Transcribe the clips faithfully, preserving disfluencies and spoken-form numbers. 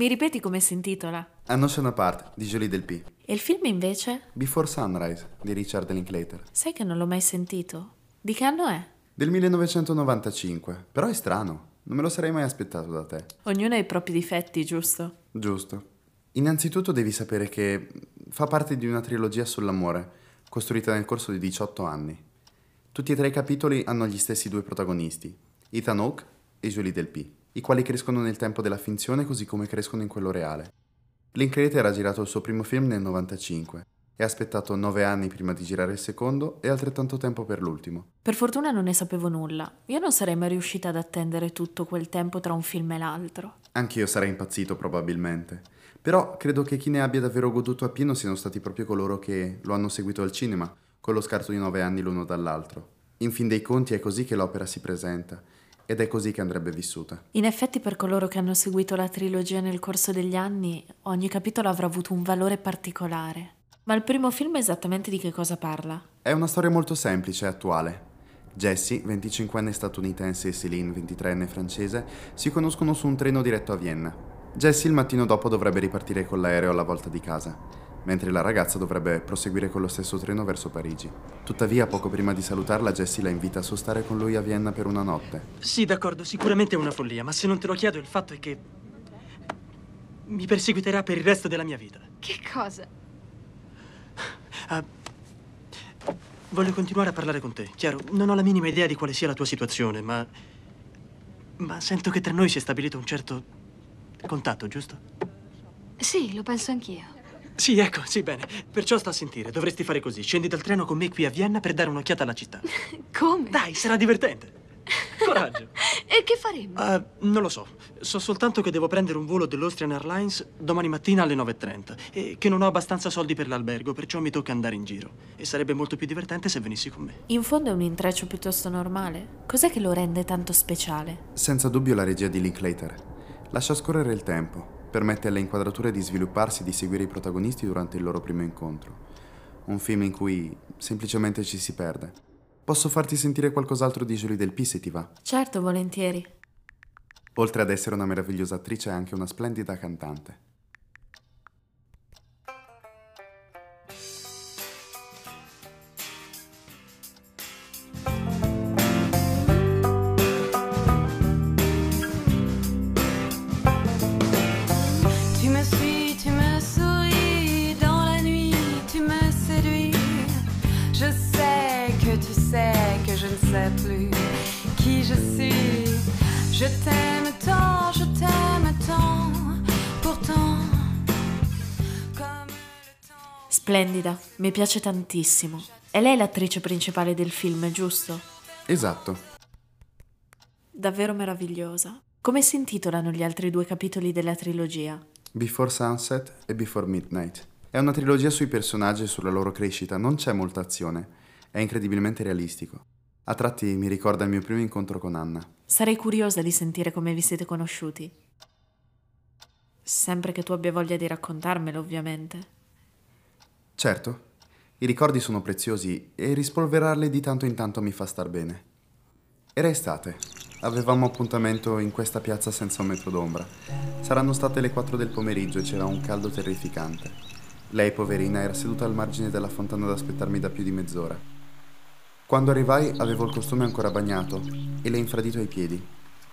Mi ripeti come si intitola? A Notion Apart di Julie Delpy. E il film invece? Before Sunrise di Richard Linklater. Sai che non l'ho mai sentito. Di che anno è? Del millenovecentonovantacinque. Però è strano, non me lo sarei mai aspettato da te. Ognuno ha i propri difetti, giusto? Giusto. Innanzitutto devi sapere che fa parte di una trilogia sull'amore, costruita nel corso di diciotto anni. Tutti e tre i capitoli hanno gli stessi due protagonisti, Ethan Hawke e Julie Delpy, i quali crescono nel tempo della finzione così come crescono in quello reale. Linklater ha girato il suo primo film nel novantacinque e ha aspettato nove anni prima di girare il secondo e altrettanto tempo per l'ultimo. Per fortuna non ne sapevo nulla. Io non sarei mai riuscita ad attendere tutto quel tempo tra un film e l'altro. Anch'io sarei impazzito probabilmente. Però credo che chi ne abbia davvero goduto appieno siano stati proprio coloro che lo hanno seguito al cinema, con lo scarto di nove anni l'uno dall'altro. In fin dei conti è così che l'opera si presenta, ed è così che andrebbe vissuta. In effetti, per coloro che hanno seguito la trilogia nel corso degli anni, ogni capitolo avrà avuto un valore particolare. Ma il primo film esattamente di che cosa parla? È una storia molto semplice e attuale. Jesse, venticinquenne statunitense, e Céline, ventitreenne francese, si conoscono su un treno diretto a Vienna. Jesse il mattino dopo dovrebbe ripartire con l'aereo alla volta di casa, mentre la ragazza dovrebbe proseguire con lo stesso treno verso Parigi. Tuttavia, poco prima di salutarla, Jesse la invita a sostare con lui a Vienna per una notte. Sì, d'accordo, sicuramente è una follia, ma se non te lo chiedo il fatto è che mi perseguiterà per il resto della mia vita. Che cosa? Uh, voglio continuare a parlare con te. Chiaro, non ho la minima idea di quale sia la tua situazione, ma... ma sento che tra noi si è stabilito un certo contatto, giusto? Sì, lo penso anch'io. Sì, ecco, sì, bene. Perciò sta a sentire. Dovresti fare così. Scendi dal treno con me qui a Vienna per dare un'occhiata alla città. Come? Dai, sarà divertente. Coraggio. E che faremo? Uh, non lo so. So soltanto che devo prendere un volo dell'Austrian Airlines domani mattina alle nove e trenta e che non ho abbastanza soldi per l'albergo, perciò mi tocca andare in giro. E sarebbe molto più divertente se venissi con me. In fondo è un intreccio piuttosto normale. Cos'è che lo rende tanto speciale? Senza dubbio la regia di Linklater. Lascia scorrere il tempo, permette alle inquadrature di svilupparsi e di seguire i protagonisti durante il loro primo incontro. Un film in cui semplicemente ci si perde. Posso farti sentire qualcos'altro di Julie Delpy se ti va? Certo, volentieri. Oltre ad essere una meravigliosa attrice, è anche una splendida cantante. Tu me suis, tu me souris, dans la nuit tu me séduis. Je sais que tu sais que je ne sais plus qui je suis. Je t'aime tant, je t'aime tant, pourtant comme le temps. Splendida, mi piace tantissimo. È lei l'attrice principale del film, giusto? Esatto. Davvero meravigliosa. Come si intitolano gli altri due capitoli della trilogia? Before Sunset e Before Midnight. È una trilogia sui personaggi e sulla loro crescita, non c'è molta azione. È incredibilmente realistico. A tratti mi ricorda il mio primo incontro con Anna. Sarei curiosa di sentire come vi siete conosciuti. Sempre che tu abbia voglia di raccontarmelo, ovviamente. Certo, i ricordi sono preziosi e rispolverarli di tanto in tanto mi fa star bene. Era estate. Avevamo appuntamento in questa piazza senza un metro d'ombra. Saranno state le quattro del pomeriggio e c'era un caldo terrificante. Lei, poverina, era seduta al margine della fontana ad aspettarmi da più di mezz'ora. Quando arrivai avevo il costume ancora bagnato e le infradito ai piedi.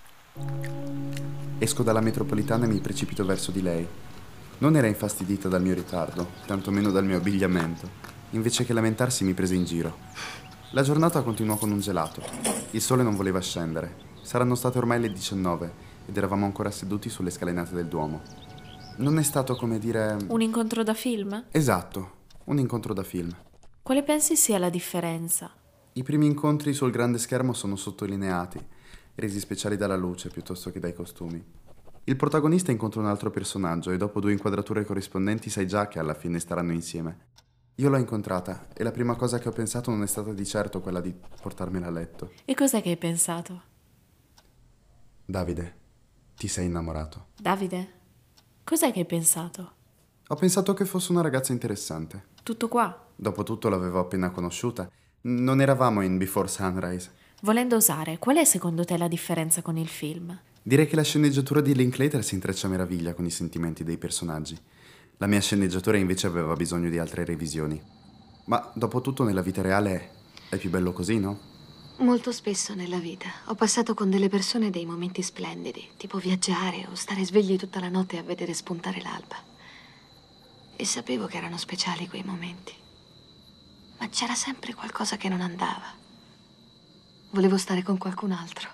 Esco dalla metropolitana e mi precipito verso di lei. Non era infastidita dal mio ritardo, tantomeno dal mio abbigliamento. Invece che lamentarsi mi prese in giro. La giornata continuò con un gelato. Il sole non voleva scendere. Saranno state ormai le diciannove ed eravamo ancora seduti sulle scalinate del Duomo. Non è stato, come dire... Un incontro da film? Esatto, un incontro da film. Quale pensi sia la differenza? I primi incontri sul grande schermo sono sottolineati, resi speciali dalla luce piuttosto che dai costumi. Il protagonista incontra un altro personaggio e dopo due inquadrature corrispondenti sai già che alla fine staranno insieme. Io l'ho incontrata e la prima cosa che ho pensato non è stata di certo quella di portarmela a letto. E cos'è che hai pensato? Davide, ti sei innamorato. Davide? Cos'è che hai pensato? Ho pensato che fosse una ragazza interessante. Tutto qua? Dopotutto l'avevo appena conosciuta. Non eravamo in Before Sunrise. Volendo osare, qual è secondo te la differenza con il film? Direi che la sceneggiatura di Linklater si intreccia a meraviglia con i sentimenti dei personaggi. La mia sceneggiatura invece aveva bisogno di altre revisioni. Ma dopo tutto nella vita reale è più bello così, no? Molto spesso nella vita ho passato con delle persone dei momenti splendidi, tipo viaggiare o stare svegli tutta la notte a vedere spuntare l'alba. E sapevo che erano speciali quei momenti. Ma c'era sempre qualcosa che non andava. Volevo stare con qualcun altro.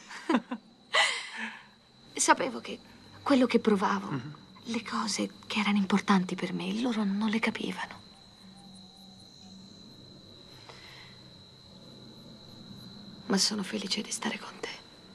Sapevo che quello che provavo, mm-hmm. le cose che erano importanti per me, loro non le capivano. Ma sono felice di stare con te.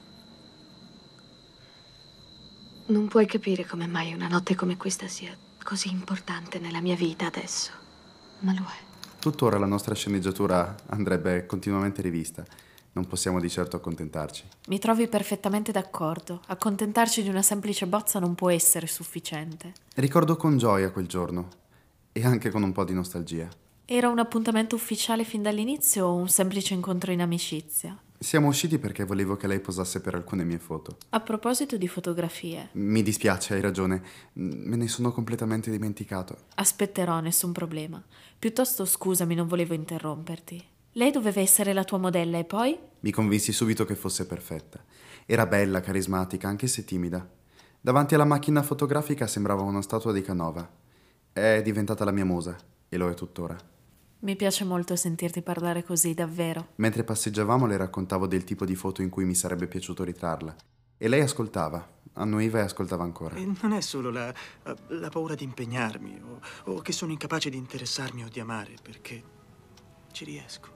Non puoi capire come mai una notte come questa sia così importante nella mia vita adesso, ma lo è. Tuttora la nostra sceneggiatura andrebbe continuamente rivista. Non possiamo di certo accontentarci. Mi trovi perfettamente d'accordo. Accontentarci di una semplice bozza non può essere sufficiente. Ricordo con gioia quel giorno e anche con un po' di nostalgia. Era un appuntamento ufficiale fin dall'inizio o un semplice incontro in amicizia? Siamo usciti perché volevo che lei posasse per alcune mie foto. A proposito di fotografie... Mi dispiace, hai ragione. Me ne sono completamente dimenticato. Aspetterò, nessun problema. Piuttosto scusami, non volevo interromperti. Lei doveva essere la tua modella e poi? Mi convinsi subito che fosse perfetta. Era bella, carismatica, anche se timida. Davanti alla macchina fotografica sembrava una statua di Canova. È diventata la mia musa e lo è tuttora. Mi piace molto sentirti parlare così, davvero. Mentre passeggiavamo le raccontavo del tipo di foto in cui mi sarebbe piaciuto ritrarla. E lei ascoltava, annuiva e ascoltava ancora. E non è solo la, la paura di impegnarmi o, o che sono incapace di interessarmi o di amare, perché ci riesco.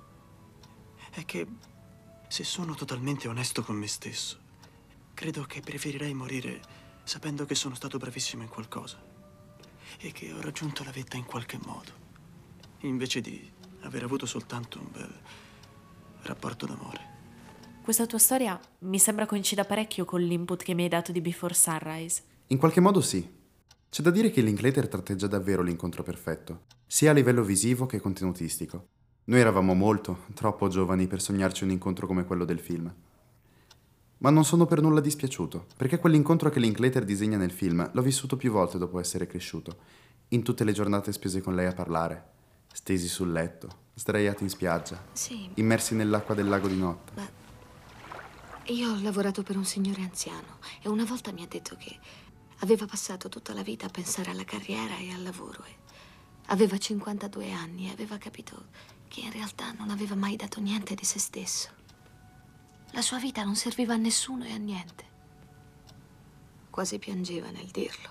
È che se sono totalmente onesto con me stesso, credo che preferirei morire sapendo che sono stato bravissimo in qualcosa e che ho raggiunto la vetta in qualche modo, invece di aver avuto soltanto un bel rapporto d'amore. Questa tua storia mi sembra coincida parecchio con l'input che mi hai dato di Before Sunrise. In qualche modo sì. C'è da dire che Linklater tratteggia davvero l'incontro perfetto, sia a livello visivo che contenutistico. Noi eravamo molto, troppo giovani per sognarci un incontro come quello del film. Ma non sono per nulla dispiaciuto, perché quell'incontro che Linklater disegna nel film l'ho vissuto più volte dopo essere cresciuto, in tutte le giornate spese con lei a parlare, stesi sul letto, sdraiati in spiaggia, sì, immersi nell'acqua del lago di notte. Ma io ho lavorato per un signore anziano e una volta mi ha detto che aveva passato tutta la vita a pensare alla carriera e al lavoro e aveva cinquantadue anni e aveva capito che in realtà non aveva mai dato niente di se stesso. La sua vita non serviva a nessuno e a niente. Quasi piangeva nel dirlo.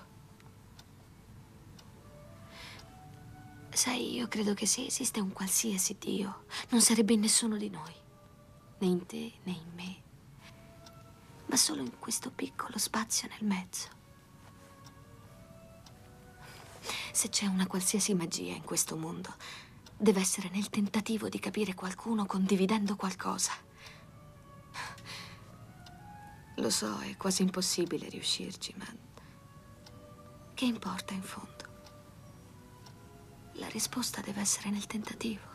Sai, io credo che se esiste un qualsiasi Dio, non sarebbe in nessuno di noi, né in te né in me, ma solo in questo piccolo spazio nel mezzo. Se c'è una qualsiasi magia in questo mondo, deve essere nel tentativo di capire qualcuno condividendo qualcosa. Lo so, è quasi impossibile riuscirci, ma che importa in fondo? La risposta deve essere nel tentativo.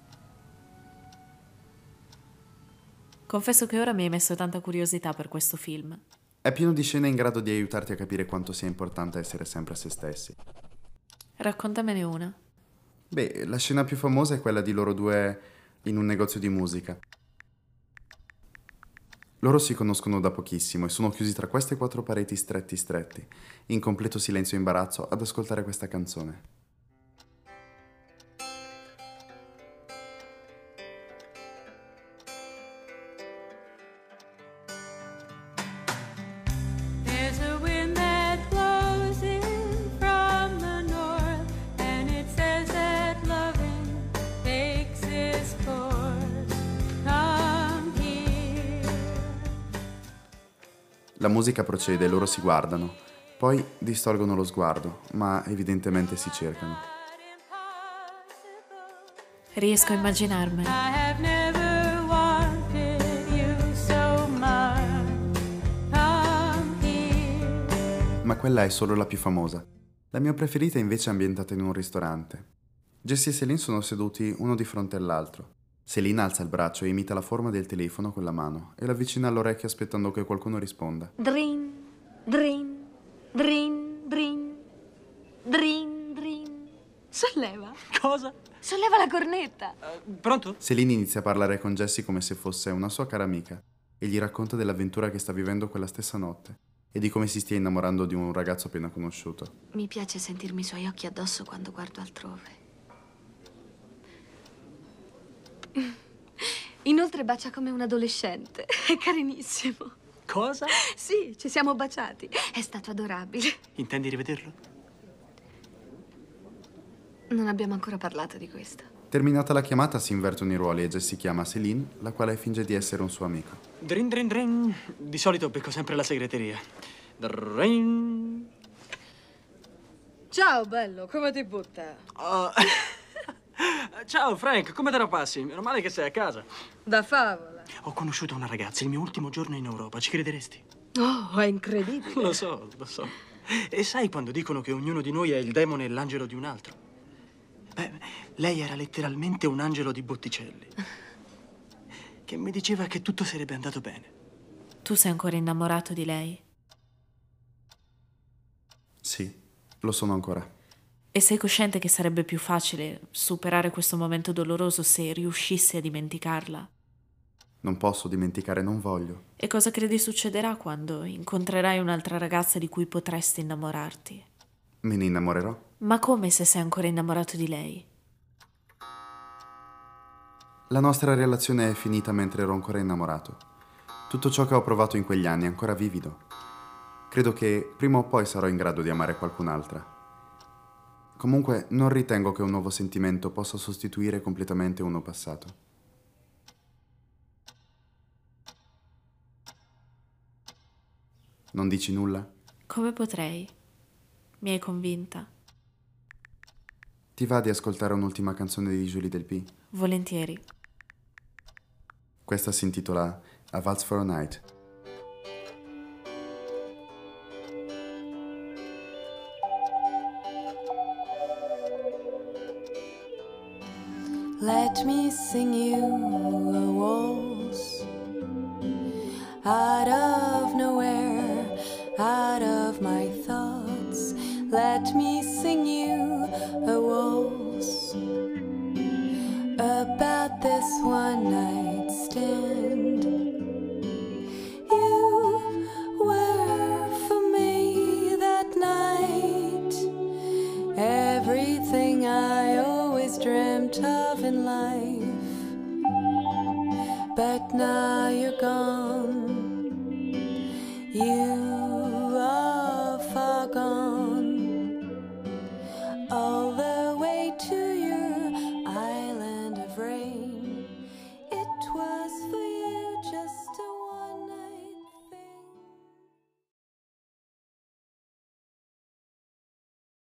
Confesso che ora mi hai messo tanta curiosità per questo film. È pieno di scene in grado di aiutarti a capire quanto sia importante essere sempre a se stessi. Raccontamene una. Beh, la scena più famosa è quella di loro due in un negozio di musica. Loro si conoscono da pochissimo e sono chiusi tra queste quattro pareti stretti stretti, in completo silenzio e imbarazzo, ad ascoltare questa canzone. La musica procede e loro si guardano, poi distolgono lo sguardo, ma evidentemente si cercano. Riesco a immaginarmelo. Ma quella è solo la più famosa. La mia preferita invece è ambientata in un ristorante. Jesse e Céline sono seduti uno di fronte all'altro. Selina alza il braccio e imita la forma del telefono con la mano e l'avvicina all'orecchio aspettando che qualcuno risponda. Drin, drin, drin, drin, drin, drin. Solleva. Cosa? Solleva la cornetta. Uh, pronto? Selina inizia a parlare con Jessie come se fosse una sua cara amica e gli racconta dell'avventura che sta vivendo quella stessa notte e di come si stia innamorando di un ragazzo appena conosciuto. Mi piace sentirmi i suoi occhi addosso quando guardo altrove. Inoltre bacia come un adolescente. È carinissimo. Cosa? Sì, ci siamo baciati. È stato adorabile. Intendi rivederlo? Non abbiamo ancora parlato di questo. Terminata la chiamata si invertono i ruoli e Jessie chiama Celine, la quale finge di essere un suo amico. Drin, drin, drin. Di solito becco sempre la segreteria. Drin. Ciao, bello, come ti butta? Oh. Ciao, Frank, come te la passi? Meno male che sei a casa. Da favola. Ho conosciuto una ragazza il mio ultimo giorno in Europa, ci crederesti? Oh, è incredibile. Lo so, lo so. E sai quando dicono che ognuno di noi è il demone e l'angelo di un altro? Beh, lei era letteralmente un angelo di Botticelli, che mi diceva che tutto sarebbe andato bene. Tu sei ancora innamorato di lei? Sì, lo sono ancora. E sei cosciente che sarebbe più facile superare questo momento doloroso se riuscissi a dimenticarla? Non posso dimenticare, non voglio. E cosa credi succederà quando incontrerai un'altra ragazza di cui potresti innamorarti? Me ne innamorerò. Ma come se sei ancora innamorato di lei? La nostra relazione è finita mentre ero ancora innamorato. Tutto ciò che ho provato in quegli anni è ancora vivido. Credo che prima o poi sarò in grado di amare qualcun'altra. Comunque non ritengo che un nuovo sentimento possa sostituire completamente uno passato. Non dici nulla? Come potrei? Mi hai convinta. Ti va di ascoltare un'ultima canzone di Julie Delpy? Volentieri. Questa si intitola A Waltz for a Night. Let me sing you a waltz out of nowhere, out of my thoughts. Let me sing you a waltz about this one night stand. You were for me that night everything I always dreamt of in life, but now you're gone. You